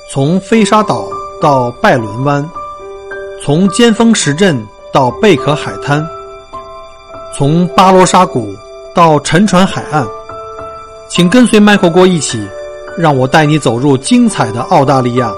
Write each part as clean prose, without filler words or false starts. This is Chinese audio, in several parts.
从飞沙岛到拜伦湾，从尖峰石镇到贝壳海滩，从巴罗沙谷到沉船海岸，请跟随Michael郭一起，让我带你走入精彩的澳大利亚。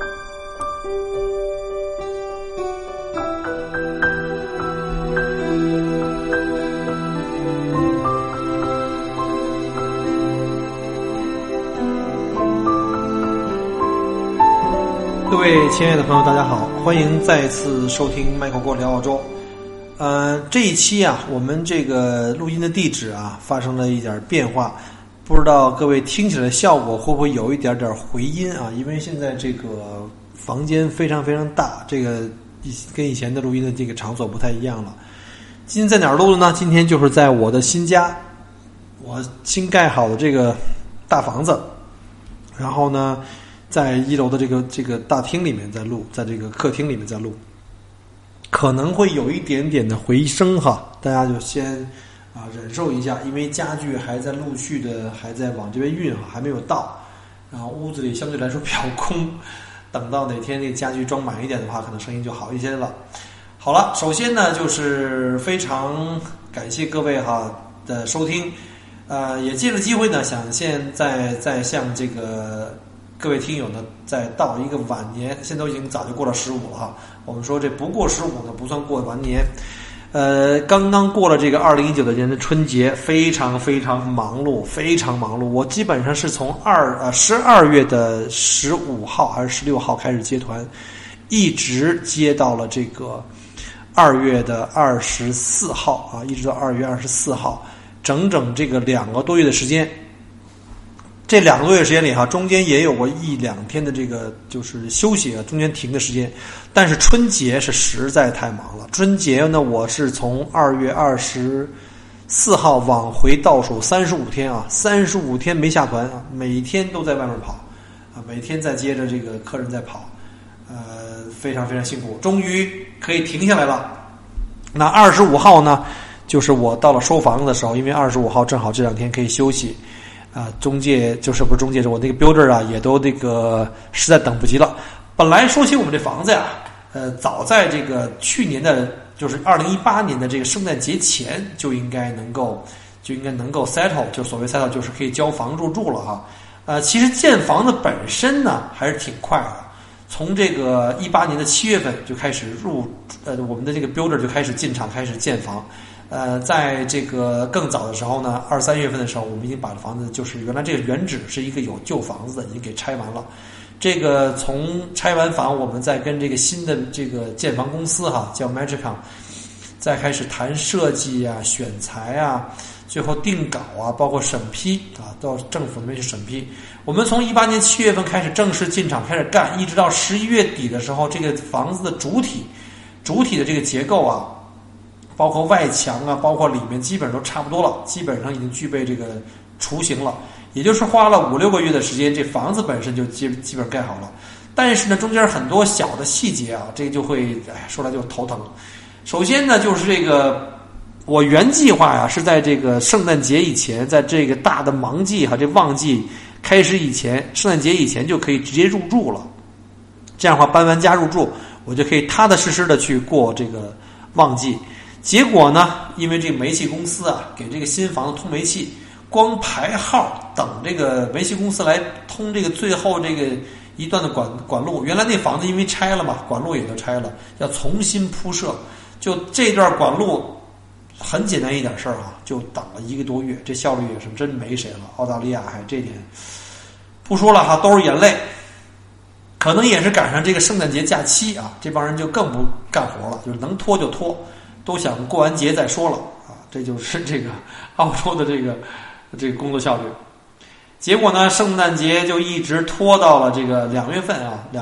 各位亲爱的朋友，大家好，欢迎再次收听Michael郭聊澳洲。这一期啊，我们这个录音的地址啊发生了一点变化，不知道各位听起来效果会不会有一点点回音啊？因为现在这个房间非常非常大，这个跟以前的录音的这个场所不太一样了。今天在哪儿录的呢？今天就是在我的新家，我新盖好的这个大房子，然后呢在1楼的这个大厅里面在录，在这个客厅里面在录，可能会有一点点的回声哈，大家就先忍受一下，因为家具还在陆续的还在往这边运还没有到，然后屋子里相对来说比较空，等到哪天这个家具装满一点的话，可能声音就好一些了。好了，首先呢就是非常感谢各位的收听，也借着机会呢，想现在再向这个各位听友呢，再到一个晚年，现在都已经早就过了15了哈。我们说这不过15呢，不算过完年。刚刚过了这个2019的年的春节，非常非常忙碌，非常忙碌。我基本上是从12月的15号还是16号开始接团，一直接到了这个2月的24号啊，一直到2月24号，整整这个2个多月的时间。这2个多月时间里中间也有过1-2天的这个就是休息中间停的时间，但是春节是实在太忙了。春节呢，我是从2月24号往回倒数35天啊，35天没下团啊，每天都在外面跑啊，每天在接着这个客人在跑，非常非常辛苦，终于可以停下来了。那25号呢，就是我到了收房子的时候，因为25号正好这2天可以休息。中介就是不是中介，我那个 builder 啊，也都这个实在等不及了。本来说起我们这房子呀，早在这个去年的，就是2018年的这个圣诞节前就应该能够 settle， 就所谓 settle 就是可以交房入住了哈。其实建房子本身呢还是挺快的，从这个18年的7月份就开始我们的这个 builder 就开始进场开始建房。在这个更早的时候呢，2-3月份的时候，我们已经把房子，就是原来这个原址是一个有旧房子的，已经给拆完了。这个从拆完房，我们再跟这个新的这个建房公司叫 Magicom， 再开始谈设计啊、选材啊，最后定稿啊，包括审批到政府那边去审批。我们从18年7月份开始正式进场开始干，一直到11月底的时候，这个房子的主体的这个结构啊，包括外墙啊，包括里面基本上都差不多了，基本上已经具备这个雏形了。也就是花了5-6个月的时间，这房子本身就基本盖好了。但是呢，中间很多小的细节啊，这个就会说来就头疼。首先呢，就是这个我原计划呀，是在这个圣诞节以前，在这个大的忙季这旺季开始以前，圣诞节以前就可以直接入住了。这样的话，搬完家入住，我就可以踏踏实实的去过这个旺季。结果呢，因为这个煤气公司给这个新房子通煤气，光排号等这个煤气公司来通这个最后这个一段的管路，原来那房子因为拆了嘛，管路也都拆了，要重新铺设。就这段管路很简单一点事儿就等了1个多月，这效率也是真没谁了。澳大利亚还这点不说了都是眼泪。可能也是赶上这个圣诞节假期这帮人就更不干活了，就是能拖就拖。都想过完节再说了这就是这个澳洲的这个工作效率。结果呢，圣诞节就一直拖到了这个2月份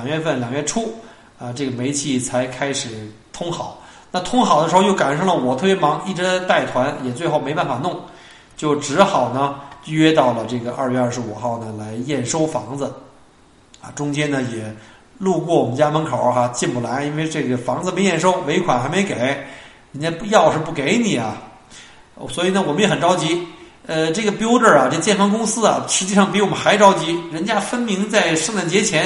2月初这个煤气才开始通好。那通好的时候又赶上了我特别忙，一直在带团，也最后没办法弄，就只好呢约到了这个2月25号呢来验收房子中间呢也路过我们家门口进不来，因为这个房子没验收，尾款还没给。人家钥匙不给你所以呢我们也很着急。这个 builder 这建房公司实际上比我们还着急，人家分明在圣诞节前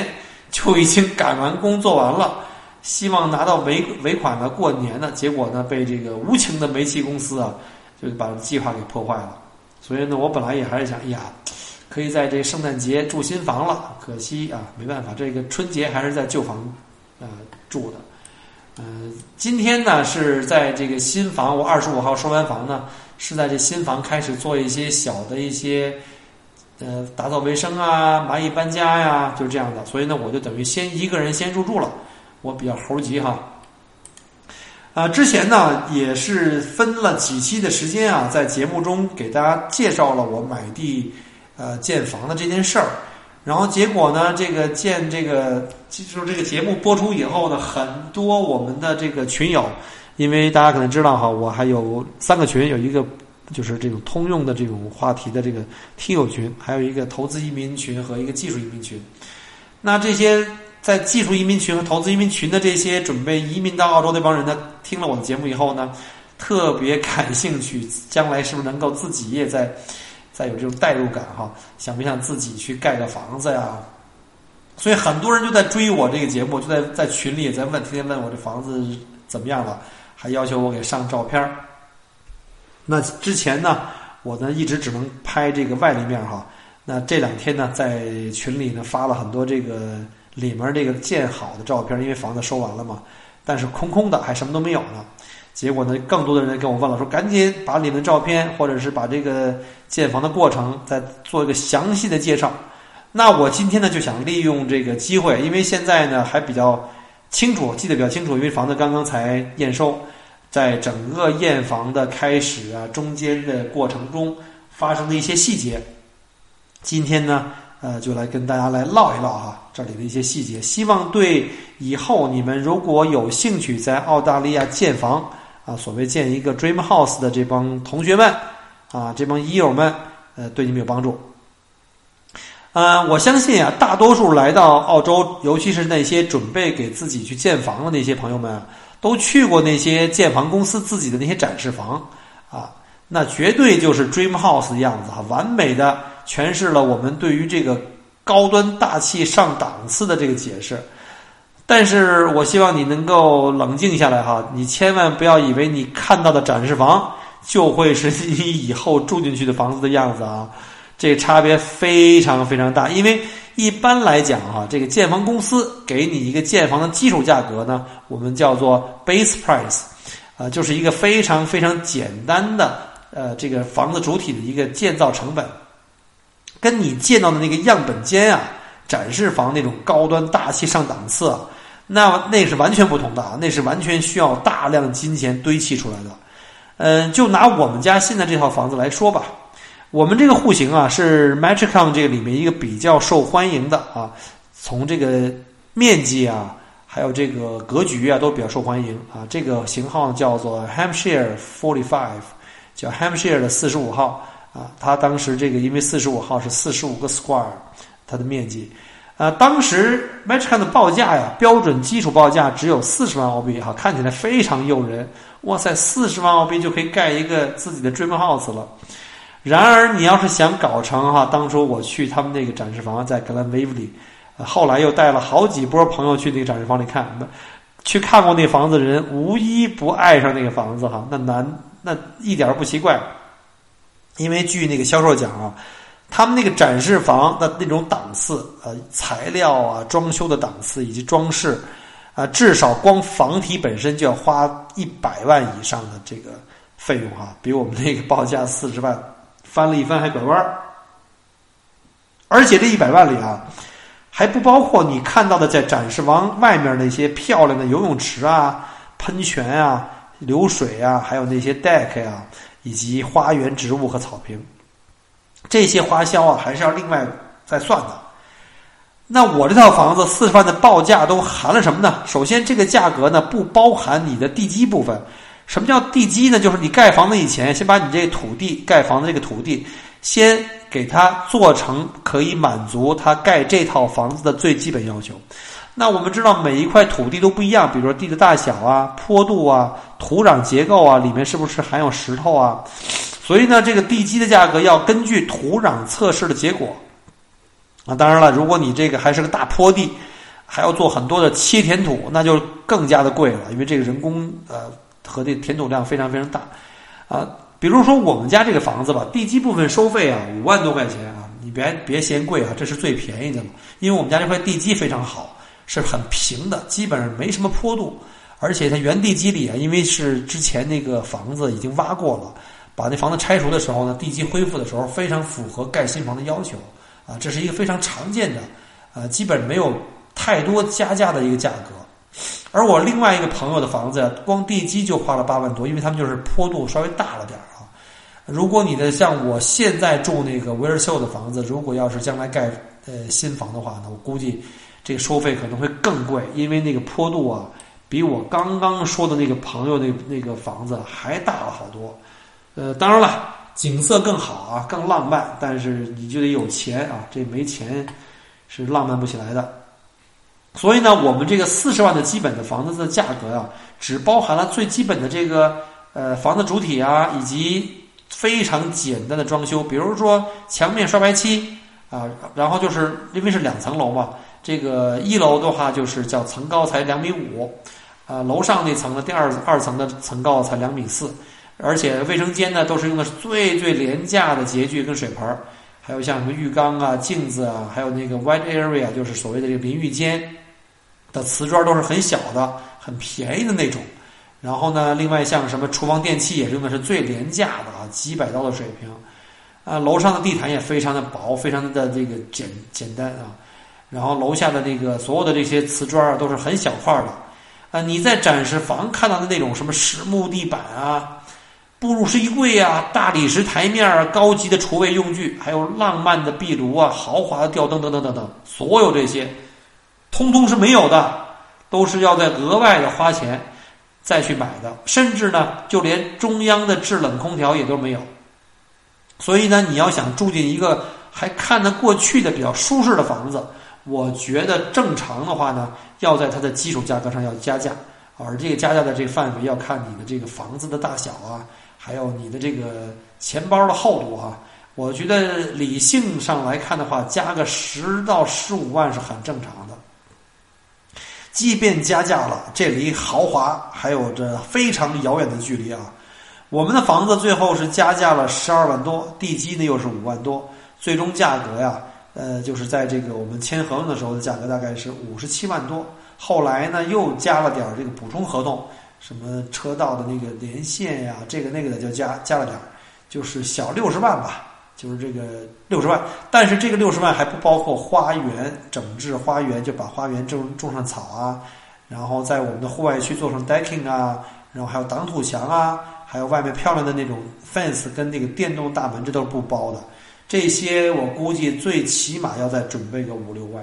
就已经赶完工做完了，希望拿到尾款呢过年呢，结果呢被这个无情的煤气公司啊就把计划给破坏了。所以呢，我本来也还是想，哎呀，可以在这圣诞节住新房了，可惜啊，没办法，这个春节还是在旧房住的。今天呢是在这个新房，我25号收完房呢，是在这新房开始做一些小的一些打扫卫生啊，蚂蚁搬家呀，就这样的。所以呢，我就等于先一个人先入住了，我比较猴急哈。之前呢也是分了几期的时间啊，在节目中给大家介绍了我买地建房的这件事儿。然后结果呢，就是这个节目播出以后呢，很多我们的这个群友，因为大家可能知道哈，我还有3个群，有一个就是这种通用的这种话题的这个听友群，还有一个投资移民群和一个技术移民群。那这些在技术移民群和投资移民群的这些准备移民到澳洲那帮人呢，听了我的节目以后呢，特别感兴趣，将来是不是能够自己也再有这种代入感哈，想不想自己去盖个房子呀？所以很多人就在追我这个节目，就在群里也在问，天天问我这房子怎么样了，还要求我给上照片。那之前呢，我呢一直只能拍这个外立面哈。那这2天呢，在群里呢发了很多这个里面这个建好的照片，因为房子收完了嘛，但是空空的，还什么都没有呢。结果呢，更多的人跟我问了，说赶紧把里面的照片，或者是把这个建房的过程再做一个详细的介绍。那我今天呢就想利用这个机会，因为现在呢还比较清楚，记得比较清楚，因为房子刚刚才验收，在整个验房的开始啊，中间的过程中发生的一些细节，今天呢就来跟大家来唠一唠哈这里的一些细节，希望对以后你们如果有兴趣在澳大利亚建房啊，所谓建一个 Dream House 的这帮同学们啊，这帮友们对你们有帮助。我相信啊，大多数来到澳洲，尤其是那些准备给自己去建房的那些朋友们，都去过那些建房公司自己的那些展示房啊，那绝对就是 Dream House 的样子哈，完美的诠释了我们对于这个高端大气上档次的这个解释。但是我希望你能够冷静下来哈，你千万不要以为你看到的展示房就会是你以后住进去的房子的样子啊，这个差别非常非常大。因为一般来讲哈，这个建房公司给你一个建房的基础价格呢，我们叫做 base price，就是一个非常非常简单的这个房子主体的一个建造成本，跟你见到的那个样本间啊，展示房那种高端大气上档次啊，那是完全不同的啊，那是完全需要大量金钱堆砌出来的。就拿我们家现在这套房子来说吧，我们这个户型啊是 Metricon 这个里面一个比较受欢迎的啊，从这个面积啊，还有这个格局啊都比较受欢迎啊。这个型号叫做 Hampshire 45，叫 Hampshire 的45号啊。它当时这个因为45号是45个 square， 它的面积。当时 Metricon 的报价呀，标准基础报价只有40万澳币哈，看起来非常诱人。哇塞，40万澳币就可以盖一个自己的 Dream House 了。然而你要是想搞成哈，当初我去他们那个展示房在 Glenwaverley， 后来又带了好几波朋友去那个展示房里看，去看过那房子的人无一不爱上那个房子哈，那一点不奇怪。因为据那个销售讲啊，他们那个展示房的那种档次，材料啊、装修的档次以及装饰，至少光房体本身就要花100万以上的这个费用哈，比我们那个报价40万翻了一番还拐弯。而且这100万里啊，还不包括你看到的在展示房外面那些漂亮的游泳池啊、喷泉啊、流水啊，还有那些 deck 啊，以及花园植物和草坪。这些花销啊还是要另外再算的。那我这套房子40万的报价都含了什么呢？首先这个价格呢不包含你的地基部分。什么叫地基呢？就是你盖房子以前，先把你这个土地盖房子这个土地先给它做成可以满足它盖这套房子的最基本要求。那我们知道每一块土地都不一样，比如说地的大小啊、坡度啊、土壤结构啊，里面是不是含有石头啊，所以呢这个地基的价格要根据土壤测试的结果啊。当然了，如果你这个还是个大坡地还要做很多的切填土，那就更加的贵了，因为这个人工和这填土量非常非常大比如说我们家这个房子吧，地基部分收费5万多块钱你别嫌贵这是最便宜的了，因为我们家这块地基非常好，是很平的，基本上没什么坡度，而且它原地基里因为是之前那个房子已经挖过了，把那房子拆除的时候呢，地基恢复的时候非常符合盖新房的要求这是一个非常常见的基本没有太多加价的一个价格。而我另外一个朋友的房子光地基就花了8万多，因为他们就是坡度稍微大了点如果你的像我现在住那个威尔秀的房子，如果要是将来盖新房的话呢，我估计这个收费可能会更贵，因为那个坡度比我刚刚说的那个朋友那个房子还大了好多。当然了，景色更好更浪漫，但是你就得有钱这没钱是浪漫不起来的。所以呢，我们这个40万的基本的房子的价格只包含了最基本的这个房子主体以及非常简单的装修，比如说墙面刷白漆然后就是因为是2层楼嘛，这个1楼的话就是叫层高才2.5米楼上那层的第二层的层高才2.4米，而且卫生间呢都是用的是最最廉价的洁具跟水盆，还有像什么浴缸镜子还有那个 white area 就是所谓的这个淋浴间的瓷砖都是很小的很便宜的那种。然后呢，另外像什么厨房电器也用的是最廉价的几百刀的水平楼上的地毯也非常的薄，非常的这个简单然后楼下的那个所有的这些瓷砖都是很小块的你在展示房看到的那种什么实木地板步入式衣柜大理石台面高级的厨卫用具，还有浪漫的壁炉豪华的吊灯等等等等，所有这些通通是没有的，都是要在额外的花钱再去买的，甚至呢就连中央的制冷空调也都没有。所以呢，你要想住进一个还看得过去的比较舒适的房子，我觉得正常的话呢，要在它的基础价格上要加价，而这个加价的这个范围要看你的这个房子的大小还有你的这个钱包的厚度我觉得理性上来看的话，加个10到15万是很正常的。即便加价了，这离豪华还有着非常遥远的距离我们的房子最后是加价了12万多，地基呢又是5万多，最终价格就是在这个我们签合同的时候的价格大概是57万多。后来呢又加了点这个补充合同，什么车道的那个连线这个那个的就加了点，就是小60万吧，就是这个60万。但是这个60万还不包括花园整治花园，就把花园种上草然后在我们的户外区做成 decking 然后还有挡土墙还有外面漂亮的那种 fence 跟那个电动大门，这都是不包的。这些我估计最起码要再准备个5-6万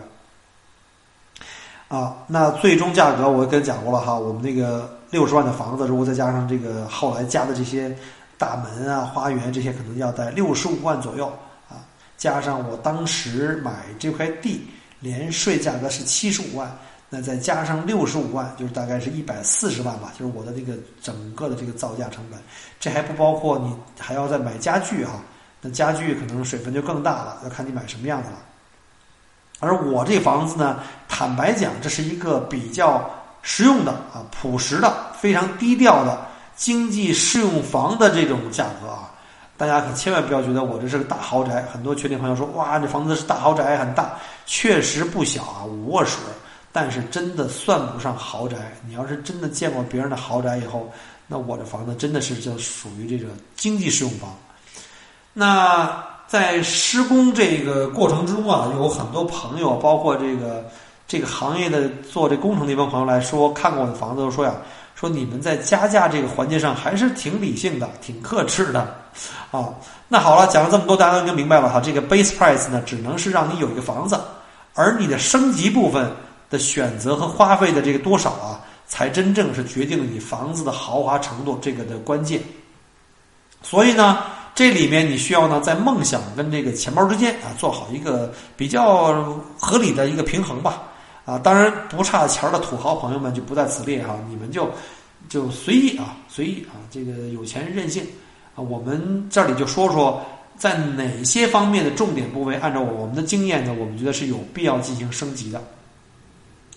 那最终价格我跟讲过了我们那个60万的房子，如果再加上这个后来加的这些大门花园这些，可能要在65万左右加上我当时买这块地连税价格是75万，那再加上65万，就是大概是140万吧，就是我的这个整个的这个造价成本。这还不包括你还要再买家具那家具可能水分就更大了，要看你买什么样的了。而我这房子呢，坦白讲，这是一个比较实用的朴实的非常低调的经济适用房的这种价格大家可千万不要觉得我这是个大豪宅。很多群里朋友说，哇，这房子是大豪宅很大，确实不小5卧室，但是真的算不上豪宅。你要是真的见过别人的豪宅以后，那我这房子真的是就属于这个经济适用房。那在施工这个过程中有很多朋友，包括这个行业的做这工程的一帮朋友来说，看过我的房子都说说你们在加价这个环节上还是挺理性的，挺克制的那好了，讲了这么多，大家都应该明白了这个 base price 呢，只能是让你有一个房子，而你的升级部分的选择和花费的这个多少才真正是决定了你房子的豪华程度这个的关键。所以呢，这里面你需要呢在梦想跟这个钱包之间做好一个比较合理的一个平衡吧当然不差钱的土豪朋友们就不在此列你们就随意随意这个有钱任性我们这里就说说在哪些方面的重点部位，按照我们的经验呢，我们觉得是有必要进行升级的。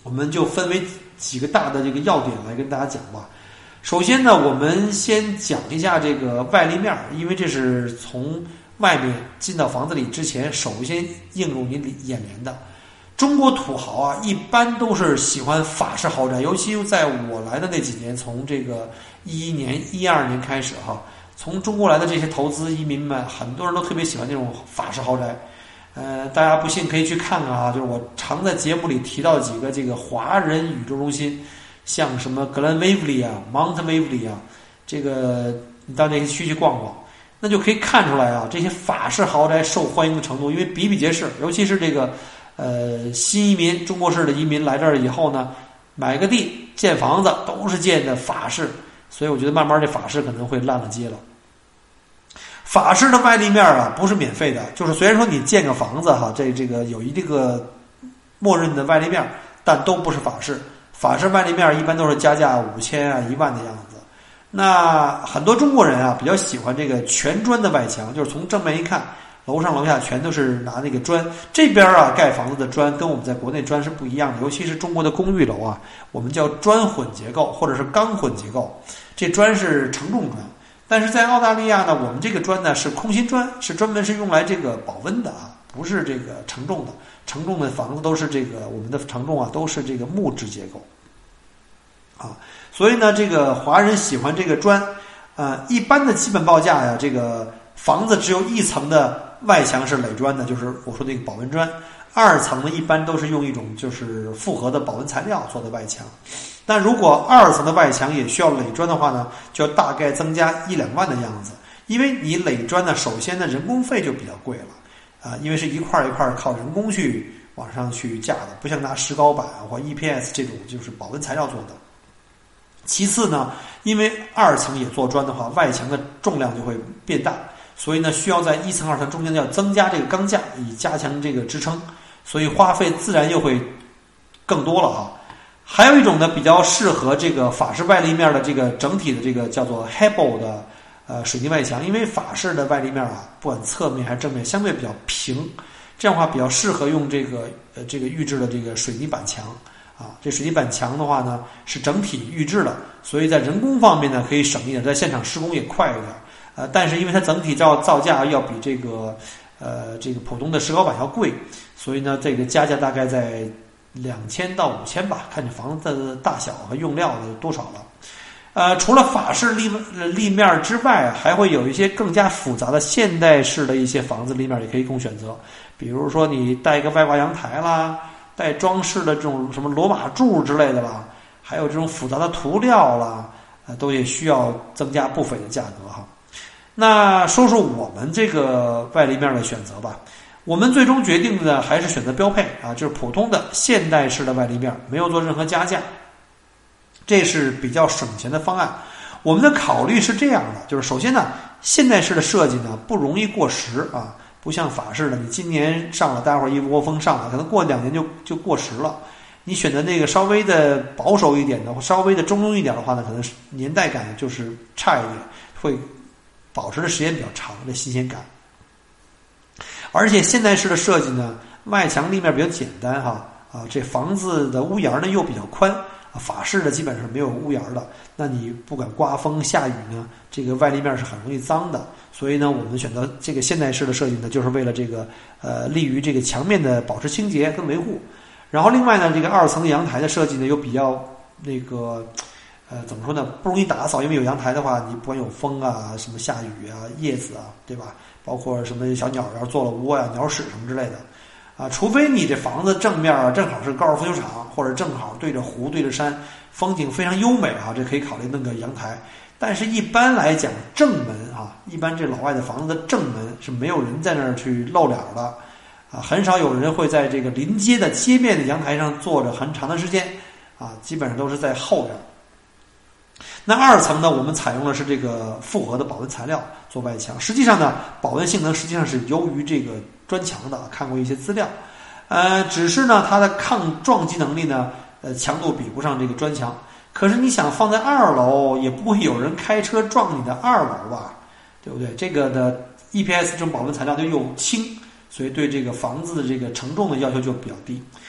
我们就分为几个大的这个要点来跟大家讲吧。首先呢，我们先讲一下这个外立面，因为这是从外面进到房子里之前首先映入你眼帘的。中国土豪啊，一般都是喜欢法式豪宅，尤其在我来的那几年，从这个11年、12年开始哈，从中国来的这些投资移民们，很多人都特别喜欢这种法式豪宅。大家不信可以去看看啊，就是我常在节目里提到几个这个华人宇宙中心，像什么格兰威弗利啊、Mount Waverly 啊，这个你到那些区去逛逛，那就可以看出来啊，这些法式豪宅受欢迎的程度，因为比比皆是，尤其是这个新移民、中国式的移民来这儿以后呢，买个地建房子都是建的法式，所以我觉得慢慢这法式可能会烂了街了。法式的外立面啊，不是免费的，就是虽然说你建个房子哈，这个有一个默认的外立面，但都不是法式。法式外立面一般都是加价5000啊、1万的样子。那很多中国人啊比较喜欢这个全砖的外墙，就是从正面一看，楼上楼下全都是拿那个砖。这边啊盖房子的砖跟我们在国内砖是不一样的，尤其是中国的公寓楼啊，我们叫砖混结构或者是钢混结构，这砖是承重砖。但是在澳大利亚呢，我们这个砖呢是空心砖，是专门是用来这个保温的啊，不是这个承重的。承重的房子都是这个我们的承重啊，都是这个木质结构啊，所以呢，这个华人喜欢这个砖。一般的基本报价呀，这个房子只有一层的外墙是垒砖的，就是我说那个保温砖。2层呢，一般都是用一种就是复合的保温材料做的外墙。但如果2层的外墙也需要垒砖的话呢，就要大概增加1-2万的样子。因为你垒砖呢，首先呢人工费就比较贵了因为是一块一块靠人工去往上去架的，不像拿石膏板或 EPS 这种就是保温材料做的。其次呢，因为2层也做砖的话，外墙的重量就会变大，所以呢需要在1层2层中间要增加这个钢架，以加强这个支撑，所以花费自然又会更多了啊。还有一种呢，比较适合这个法式外立面的这个整体的这个叫做 Hebel 的水泥外墙，因为法式的外立面啊，不管侧面还是正面，相对比较平，这样的话比较适合用这个预制的这个水泥板墙啊。这水泥板墙的话呢，是整体预制的，所以在人工方面呢可以省一点，在现场施工也快一点但是因为它整体造价要比这个普通的石膏板要贵，所以呢这个加价大概在2000到5000吧，看你房子的大小和用料的多少了。除了法式立面之外，还会有一些更加复杂的现代式的一些房子立面也可以供选择。比如说你带一个外挂阳台啦，带装饰的这种什么罗马柱之类的啦，还有这种复杂的涂料啦，都也需要增加不菲的价格哈。那说说我们这个外立面的选择吧。我们最终决定的呢，还是选择标配就是普通的现代式的外立面，没有做任何加价，这是比较省钱的方案。我们的考虑是这样的，就是首先呢，现代式的设计呢不容易过时不像法式的，你今年上了，待会儿一窝蜂上了，可能过2年就过时了。你选择那个稍微的保守一点的，或稍微的中庸一点的话呢，可能年代感就是差一点，会保持的时间比较长的新鲜感。而且现代式的设计呢，外墙立面比较简单这房子的屋檐呢又比较宽法式的基本上没有屋檐的，那你不管刮风下雨呢，这个外立面是很容易脏的。所以呢，我们选择这个现代式的设计呢，就是为了这个利于这个墙面的保持清洁跟维护。然后另外呢，这个2层阳台的设计呢，又比较怎么说呢，不容易打扫，因为有阳台的话，你不管有风什么下雨叶子对吧，包括什么小鸟要做了窝鸟屎什么之类的除非你这房子正面正好是高尔夫球场，或者正好对着湖对着山，风景非常优美这可以考虑弄个阳台。但是一般来讲，正门一般这老外的房子的正门是没有人在那儿去露脸的很少有人会在这个临街的街面的阳台上坐着很长的时间基本上都是在后边。那2层呢，我们采用的是这个复合的保温材料做外墙，实际上呢，保温性能实际上是优于这个砖墙的，看过一些资料，只是呢，它的抗撞击能力呢，强度比不上这个砖墙。可是你想放在2楼，也不会有人开车撞你的2楼吧，对不对？这个的 EPS 这种保温材料就又轻，所以对这个房子的这个承重的要求就比较低。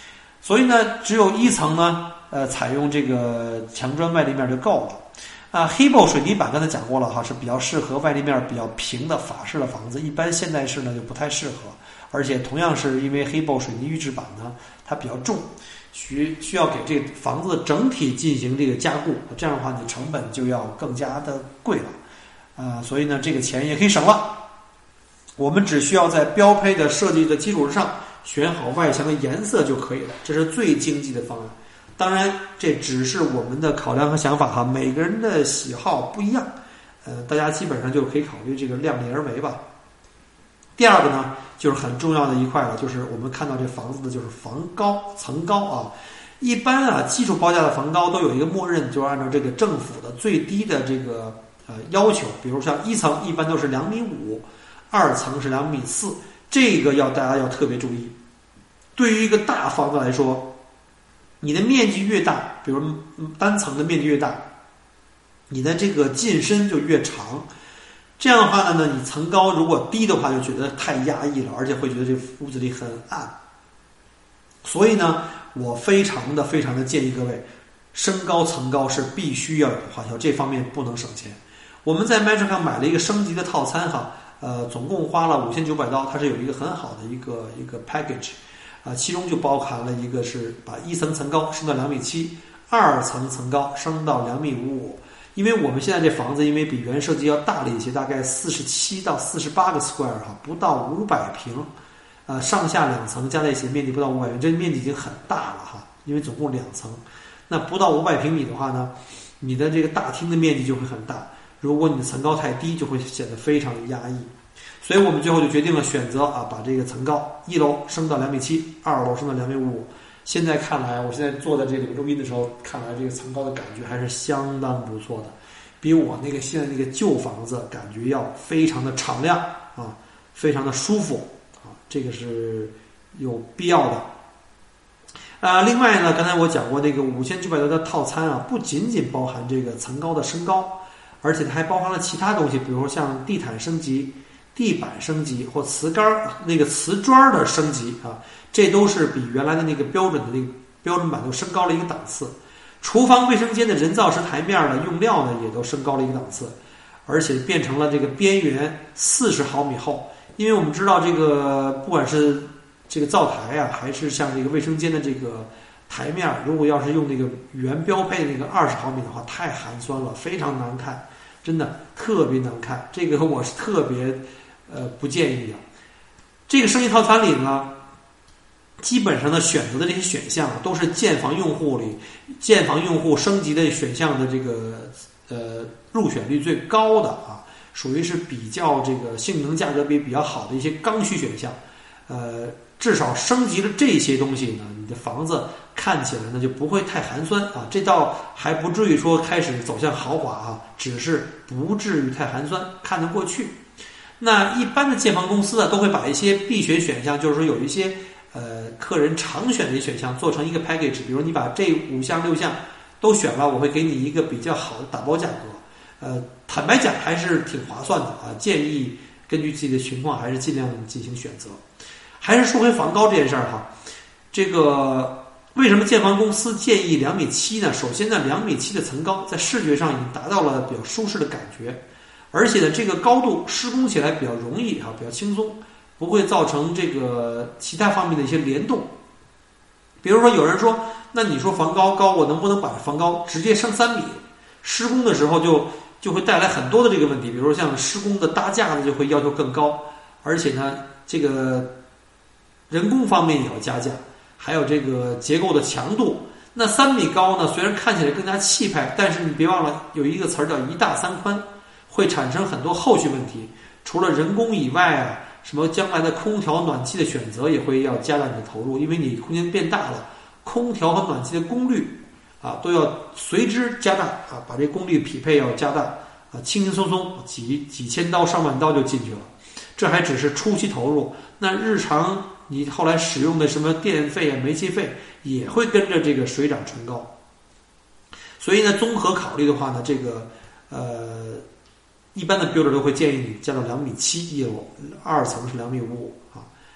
所以呢，只有一层呢，采用这个墙砖外立面就够了。黑豹水泥板刚才讲过了哈，是比较适合外立面比较平的法式的房子，一般现代式呢就不太适合。而且同样是因为黑豹水泥预制板呢，它比较重，需要给这个房子整体进行这个加固，这样的话你成本就要更加的贵了。所以呢，这个钱也可以省了。我们只需要在标配的设计的基础之上，选好外墙的颜色就可以了，这是最经济的方案。当然，这只是我们的考量和想法哈，每个人的喜好不一样，大家基本上就可以考虑这个量力而为吧。第二个呢，就是很重要的一块了，就是我们看到这房子的就是房高层高啊。一般基础报价的房高都有一个默认，就是按照这个政府的最低的这个要求，比如像一层一般都是2.5米，2层是2.4米，这个大家要特别注意。对于一个大房子来说，你的面积越大，比如单层的面积越大，你的这个进深就越长。这样的话呢，你层高如果低的话，就觉得太压抑了，而且会觉得这屋子里很暗。所以呢，我非常的建议各位，升高层高是必须要有的花销，这方面不能省钱。我们在 Magic 上买了一个升级的套餐哈，总共花了5900刀，它是有一个很好的一个 package。其中就包含了一个是把一层层高升到2.7米，2层层高升到2.55米。因为我们现在这房子因为比原设计要大了一些，大概47到48个 square 哈，不到500平，上下2层加在一起面积不到500平，这面积已经很大了哈。因为总共2层，那不到500平米的话呢，你的这个大厅的面积就会很大。如果你的层高太低，就会显得非常的压抑。所以我们最后就决定了选择把这个层高1楼升到2.7米，2楼升到2.55米。现在看来，我现在坐在这里录音的时候，看来这个层高的感觉还是相当不错的，比我现在那个旧房子感觉要非常的敞亮啊，非常的舒服啊，这个是有必要的。另外呢，刚才我讲过那个5900多的套餐不仅仅包含这个层高的升高，而且它还包含了其他东西，比如像地毯升级、地板升级或瓷砖那个瓷砖的升级这都是比原来的那个标准版都升高了一个档次。厨房卫生间的人造石台面的用料呢，也都升高了一个档次，而且变成了这个边缘40毫米厚。因为我们知道这个不管是这个灶台还是像这个卫生间的这个台面，如果要是用那个原标配的那个20毫米的话，太寒酸了，非常难看，真的特别难看。这个我是特别不建议的。这个升级套餐里呢，基本上的选择的这些选项都是建房用户升级的选项的这个入选率最高的属于是比较这个性能价格比较好的一些刚需选项。至少升级了这些东西呢，你的房子看起来呢就不会太寒酸这倒还不至于说开始走向豪华只是不至于太寒酸，看得过去。那一般的建房公司都会把一些必选选项，就是说有一些客人常选的一些选项做成一个 package， 比如你把这5项6项都选了，我会给你一个比较好的打包价格。坦白讲还是挺划算的建议根据自己的情况还是尽量进行选择。还是说回房高这件事儿这个为什么建房公司建议2.7米呢？首先呢，2.7米的层高在视觉上已经达到了比较舒适的感觉，而且呢这个高度施工起来比较容易比较轻松，不会造成这个其他方面的一些联动。比如说有人说，那你说房高我能不能把房高直接升3米？施工的时候就会带来很多的这个问题，比如说像施工的搭架子就会要求更高，而且呢这个人工方面也要加价，还有这个结构的强度。那3米高呢，虽然看起来更加气派，但是你别忘了有一个词儿叫1大3宽，会产生很多后续问题。除了人工以外什么将来的空调暖气的选择也会要加大你的投入，因为你空间变大了，空调和暖气的功率都要随之加大把这功率匹配要加大轻轻松松几千刀上万刀就进去了。这还只是初期投入，那日常你后来使用的什么电费煤气费也会跟着这个水涨船高。所以呢综合考虑的话呢，这个一般的 builder 都会建议你加到2.7米1楼，2层是2.55米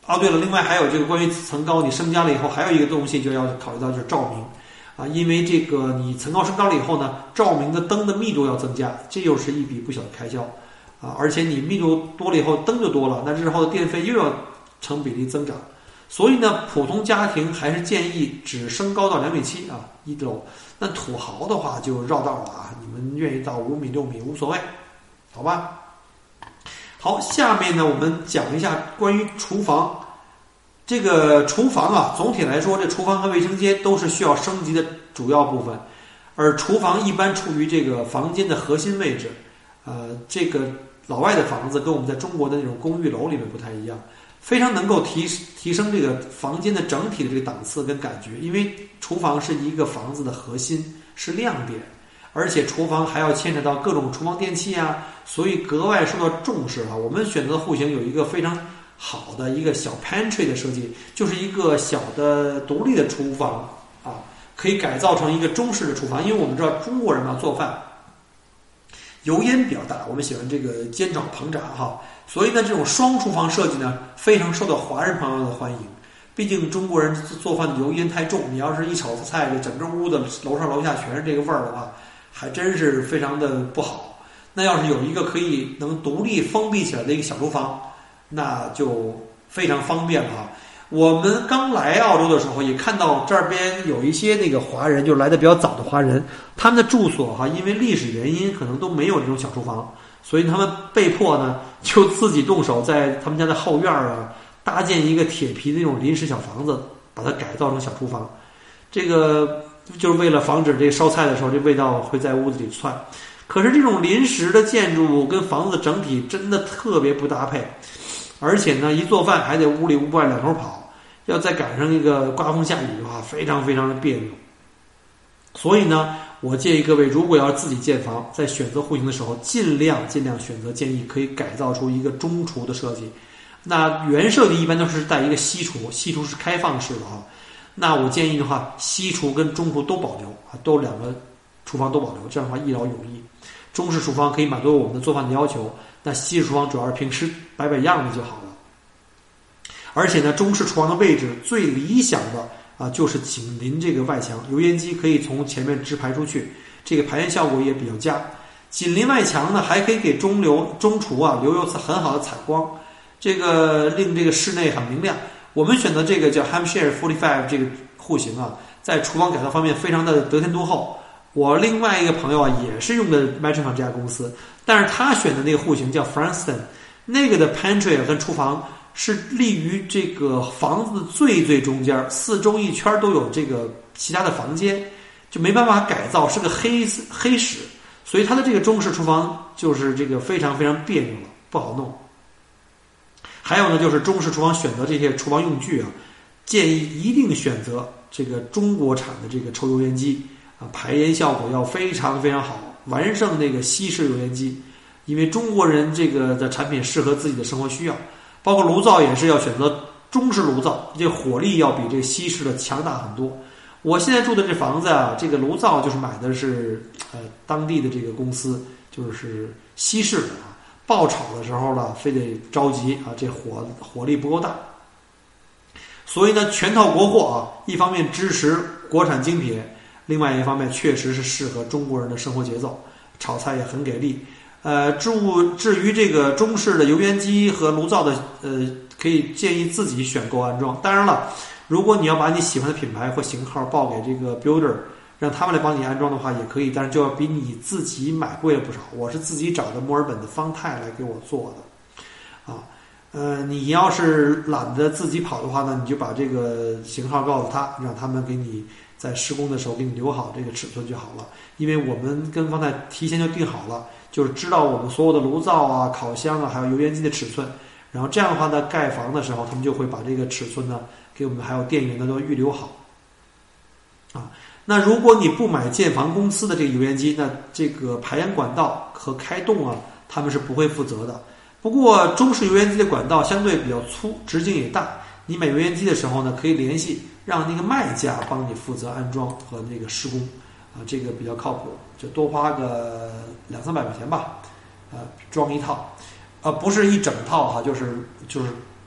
哦，对了，另外还有这个关于层高，你升加了以后，还有一个东西就要考虑到就是照明啊，因为这个你层高升高了以后呢，照明的灯的密度要增加，这又是一笔不小的开销啊，而且你密度多了以后，灯就多了，那日后的电费又要成比例增长，所以呢，普通家庭还是建议只升高到2.7米啊一楼，那土豪的话就绕道了啊，你们愿意到5米6米无所谓，好吧？好，下面呢，我们讲一下关于厨房。这个厨房啊，总体来说，这厨房和卫生间都是需要升级的主要部分，而厨房一般处于这个房间的核心位置。这个老外的房子跟我们在中国的那种公寓楼里面不太一样，非常能够提升这个房间的整体的这个档次跟感觉，因为厨房是一个房子的核心，是亮点。而且厨房还要牵扯到各种厨房电器啊，所以格外受到重视啊。我们选择的户型有一个非常好的一个小 pantry 的设计，就是一个小的独立的厨房啊，可以改造成一个中式的厨房。因为我们知道中国人嘛做饭油烟比较大，我们喜欢这个煎炒烹炸哈，所以呢这种双厨房设计呢非常受到华人朋友的欢迎。毕竟中国人做饭的油烟太重，你要是一炒菜，这整个屋子楼上楼下全是这个味儿的话，还真是非常的不好。那要是有一个可以能独立封闭起来的一个小厨房，那就非常方便了啊。我们刚来澳洲的时候也看到这边有一些那个华人，就来的比较早的华人，他们的住所哈，因为历史原因可能都没有这种小厨房，所以他们被迫呢就自己动手在他们家的后院啊搭建一个铁皮的那种临时小房子，把它改造成小厨房。这个就是为了防止这烧菜的时候这味道会在屋子里窜。可是这种临时的建筑跟房子整体真的特别不搭配，而且呢一做饭还得屋里屋外两头跑，要再赶上一个刮风下雨的话非常非常的别扭。所以呢我建议各位，如果要自己建房，在选择户型的时候尽量选择建议可以改造出一个中厨的设计。那原设计一般都是带一个西厨，西厨是开放式的啊。那我建议的话，西厨跟中厨都保留啊，都两个厨房都保留，这样的话一劳永逸。中式厨房可以满足我们的做饭的要求，那西式厨房主要是平时摆样子就好了。而且呢，中式厨房的位置最理想的啊，就是紧邻这个外墙，油烟机可以从前面直排出去，这个排烟效果也比较佳。紧邻外墙呢，还可以给中厨啊留有很好的采光，这个令这个室内很明亮。我们选择这个叫 Hampshire 45这个户型啊，在厨房改造方面非常的得天独厚。我另外一个朋友啊，也是用的 Metricon 这家公司，但是他选的那个户型叫 Franston， 那个的 pantry 跟厨房是立于这个房子最中间，四周一圈都有这个其他的房间，就没办法改造，是个黑室，所以它的这个中式厨房就是这个非常非常别扭了，不好弄。还有呢，就是中式厨房选择这些厨房用具啊，建议一定选择这个中国产的这个抽油烟机啊，排烟效果要非常非常好，完胜那个西式油烟机。因为中国人这个的产品适合自己的生活需要，包括炉灶也是要选择中式炉灶，这火力要比这个西式的强大很多。我现在住的这房子啊，这个炉灶就是买的是当地的这个公司，就是西式的啊。爆炒的时候呢，非得着急啊，这火力不够大。所以呢，全套国货啊，一方面支持国产精品，另外一方面确实是适合中国人的生活节奏，炒菜也很给力。至于这个中式的油烟机和炉灶的，可以建议自己选购安装。当然了，如果你要把你喜欢的品牌或型号报给这个 builder， 让他们来帮你安装的话也可以，但是就要比你自己买贵了不少。我是自己找的墨尔本的方太来给我做的，啊，你要是懒得自己跑的话呢，你就把这个型号告诉他，让他们给你在施工的时候给你留好这个尺寸就好了。因为我们跟方太提前就定好了，就是知道我们所有的炉灶啊、烤箱啊，还有油烟机的尺寸。然后这样的话呢，盖房的时候他们就会把这个尺寸呢给我们还有电源呢都预留好，啊。那如果你不买建房公司的这个油烟机，那这个排烟管道和开洞啊，他们是不会负责的。不过中式油烟机的管道相对比较粗，直径也大，你买油烟机的时候呢，可以联系让那个卖家帮你负责安装和那个施工，啊，这个比较靠谱，就多花个200-300块钱吧，装一套，不是一整套哈，就是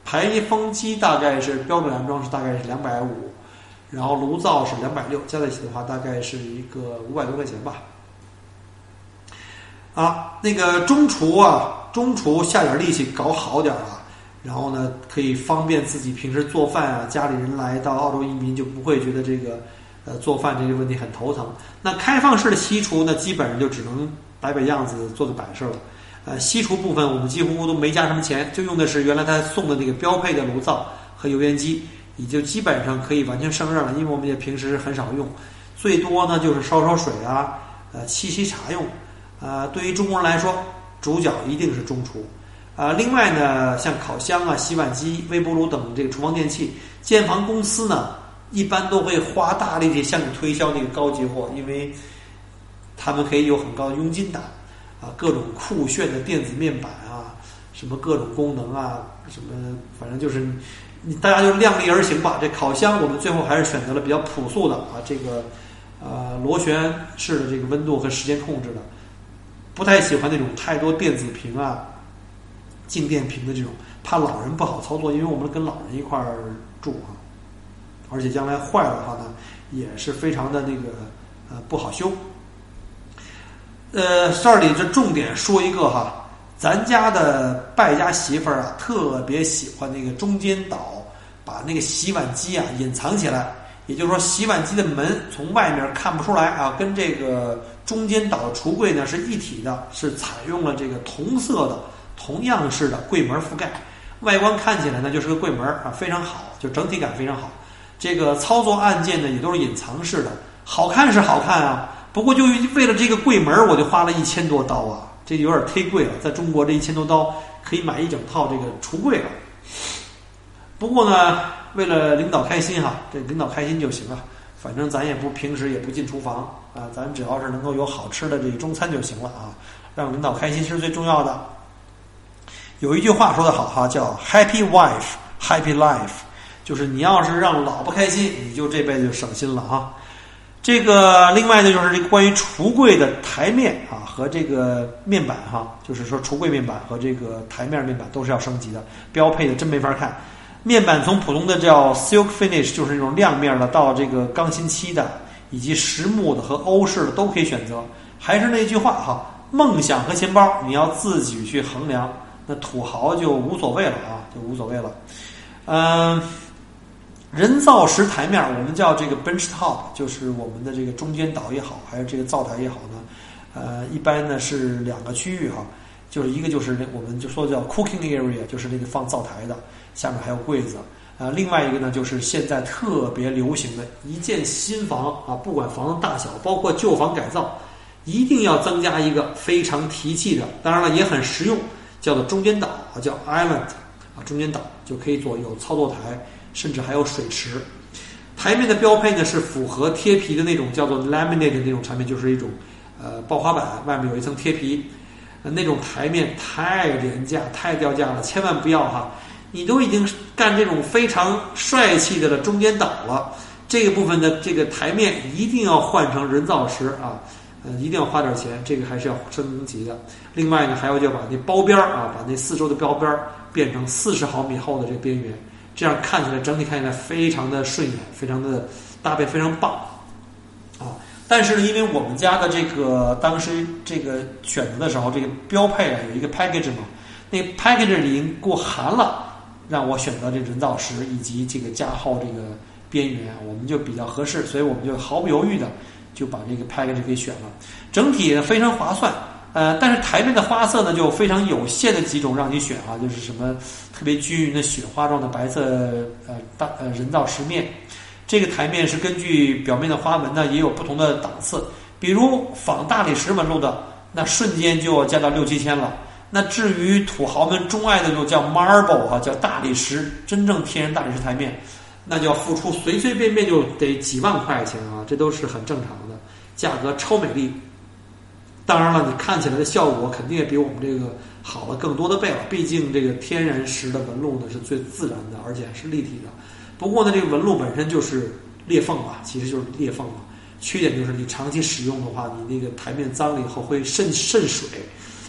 排风机大概是标准安装是大概是250，然后炉灶是260，加在一起的话大概是一个500多块钱吧。那个中厨下点力气搞好点然后呢可以方便自己平时做饭家里人来到澳洲移民就不会觉得这个做饭这个问题很头疼。那开放式的西厨呢，基本上就只能摆样子做个摆设了。西厨部分我们几乎都没加什么钱，就用的是原来他送的那个标配的炉灶和油烟机，也就基本上可以完全胜任了，因为我们也平时很少用，最多呢就是烧水沏茶用。对于中国人来说，主角一定是中厨。另外呢，像烤箱洗碗机、微波炉等这个厨房电器，建房公司呢一般都会花大力气向你推销那个高级货，因为他们可以有很高的佣金打各种酷炫的电子面板什么各种功能什么反正就是大家就量力而行吧。这烤箱我们最后还是选择了比较朴素的这个螺旋式的这个温度和时间控制的，不太喜欢那种太多电子屏静电屏的这种，怕老人不好操作，因为我们跟老人一块儿住而且将来坏了的话呢也是非常的那个不好修。这里这重点说一个咱家的败家媳妇儿特别喜欢那个中间岛把那个洗碗机隐藏起来，也就是说洗碗机的门从外面看不出来跟这个中间岛的橱柜呢是一体的，是采用了这个同色的同样式的柜门覆盖，外观看起来呢就是个柜门非常好，就整体感非常好。这个操作按键呢也都是隐藏式的，好看是好看不过就为了这个柜门我就花了1000多刀这有点忒贵了，在中国这1000多刀可以买一整套这个橱柜了。不过呢为了领导开心这领导开心就行了，反正咱也平时也不进厨房咱只要是能够有好吃的这个中餐就行了让领导开心是最重要的。有一句话说得好叫 Happy Wife Happy Life， 就是你要是让老婆开心，你就这辈子就省心了这个另外呢就是这个关于橱柜的台面和这个面板就是说橱柜面板和这个台面面板都是要升级的，标配的真没法看。面板从普通的叫 silk finish， 就是那种亮面的，到这个钢琴漆的以及实木的和欧式的都可以选择。还是那句话梦想和钱包你要自己去衡量，那土豪就无所谓了就无所谓了。人造石台面我们叫这个 bench top， 就是我们的这个中间岛也好还是这个灶台也好呢一般呢是2个区域就是一个就是我们就说叫 cooking area， 就是那个放灶台的，下面还有柜子另外一个呢就是现在特别流行的一建新房不管房子大小包括旧房改造，一定要增加一个非常提气的，当然了也很实用，叫做中间岛叫 island中间岛就可以有操作台，甚至还有水池。台面的标配呢是符合贴皮的那种叫做 laminate 的那种产品，就是一种刨花板外面有一层贴皮那种台面太廉价太掉价了，千万不要你都已经干这种非常帅气的中间岛了，这个部分的这个台面一定要换成人造石一定要花点钱，这个还是要升级的。另外呢还要就把那包边把那四周的包边变成40毫米厚的这个边缘，这样看起来整体看起来非常的顺眼，非常的搭配非常棒但是呢因为我们家的这个当时这个选择的时候，这个标配有一个 package 嘛，那个 package 里已经给我含了让我选择这人造石以及这个加厚这个边缘，我们就比较合适，所以我们就毫不犹豫的就把这个 package 给选了，整体非常划算但是台面的花色呢就非常有限的几种让你选就是什么特别均匀的雪花状的白色人造石面。这个台面是根据表面的花纹呢也有不同的档次，比如仿大理石纹路的那瞬间就要加到6-7千了，那至于土豪们钟爱的就叫 marble 叫大理石，真正天然大理石台面那就要付出随随便便就得几万块钱这都是很正常的，价格超美丽。当然了你看起来的效果肯定也比我们这个好了更多的倍了，毕竟这个天然石的纹路呢是最自然的，而且是立体的。不过呢这个纹路本身就是裂缝其实就是裂缝缺点就是你长期使用的话，你那个台面脏了以后会渗水，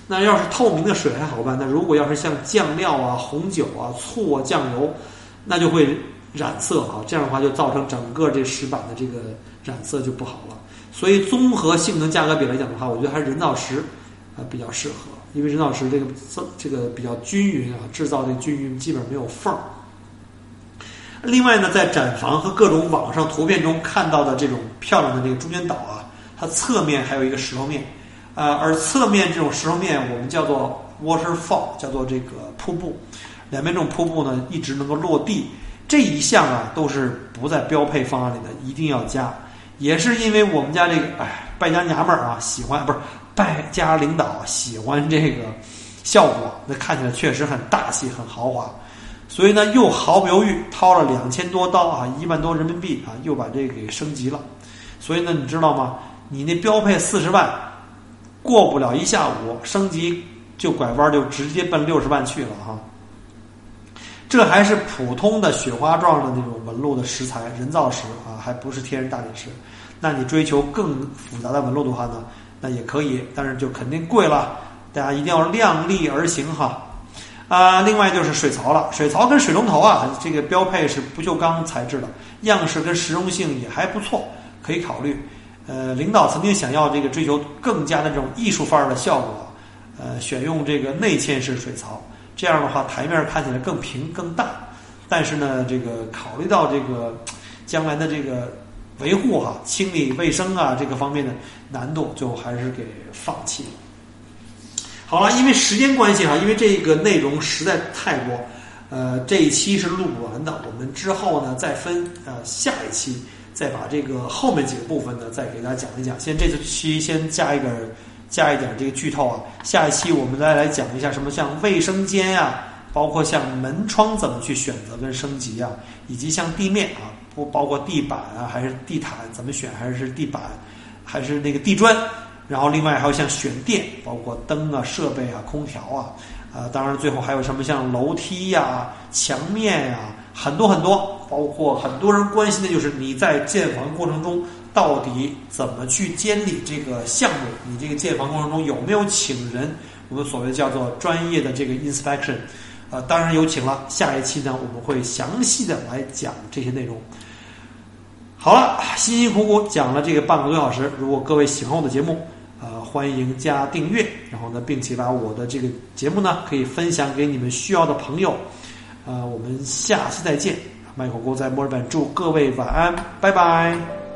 那要是透明的水还好办，那如果要是像酱料啊、红酒啊、醋啊、酱油，那就会染色啊，这样的话就造成整个这石板的这个染色就不好了。所以综合性能价格比来讲的话，我觉得还是人造石比较适合，因为人造石这个比较均匀啊，制造这个均匀，基本上没有缝儿。另外呢，在展房和各种网上图片中看到的这种漂亮的这个中间岛啊，它侧面还有一个石头面，而侧面这种石头面我们叫做 waterfall， 叫做这个瀑布，两边这种瀑布呢一直能够落地，这一项啊都是不在标配方案里的，一定要加。也是因为我们家这个败家娘们儿啊喜欢，不是败家领导喜欢这个效果，那看起来确实很大气很豪华，所以呢又毫不犹豫掏了2000多刀啊，1万多人民币啊，又把这个给升级了。所以呢你知道吗，你那标配40万过不了一下午，升级就拐弯就直接奔60万去了哈。这还是普通的雪花状的那种纹路的石材，人造石啊，还不是天然大理石。那你追求更复杂的纹路的话呢，那也可以，但是就肯定贵了，大家一定要量力而行哈。另外就是水槽了，水槽跟水龙头啊，这个标配是不锈钢材质的，样式跟实用性也还不错，可以考虑。领导曾经想要这个追求更加的这种艺术范儿的效果，选用这个内嵌式水槽。这样的话台面看起来更平更大，但是呢这个考虑到这个将来的这个维护清理卫生啊这个方面的难度，就还是给放弃了。好了，因为时间关系因为这个内容实在太多，这一期是录不完的，我们之后呢再分下一期再把这个后面几个部分呢再给大家讲一讲。这期先加一点这个剧透啊，下一期我们再来讲一下什么像卫生间啊，包括像门窗怎么去选择跟升级啊，以及像地面啊，不包括地板啊还是地毯怎么选，还是地板还是那个地砖，然后另外还有像选电，包括灯啊、设备啊、空调啊，当然最后还有什么像楼梯呀、墙面呀，很多很多，包括很多人关心的就是你在建房过程中到底怎么去监理这个项目，你这个建房过程中有没有请人，我们所谓叫做专业的这个 inspection， 当然有请了。下一期呢我们会详细的来讲这些内容。好了，辛辛苦苦讲了这个半个多小时，如果各位喜欢我的节目，欢迎加订阅，然后呢并且把我的这个节目呢可以分享给你们需要的朋友。我们下期再见。麦口锅在墨尔本，祝各位晚安，拜拜。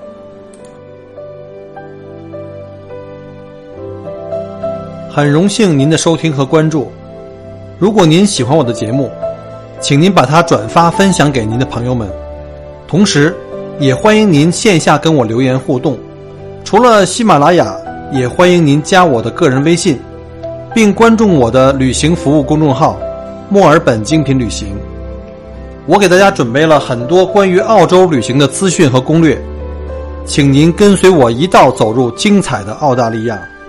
很荣幸您的收听和关注，如果您喜欢我的节目，请您把它转发分享给您的朋友们，同时也欢迎您线下跟我留言互动。除了喜马拉雅，也欢迎您加我的个人微信，并关注我的旅行服务公众号墨尔本精品旅行。我给大家准备了很多关于澳洲旅行的资讯和攻略，请您跟随我一道走入精彩的澳大利亚。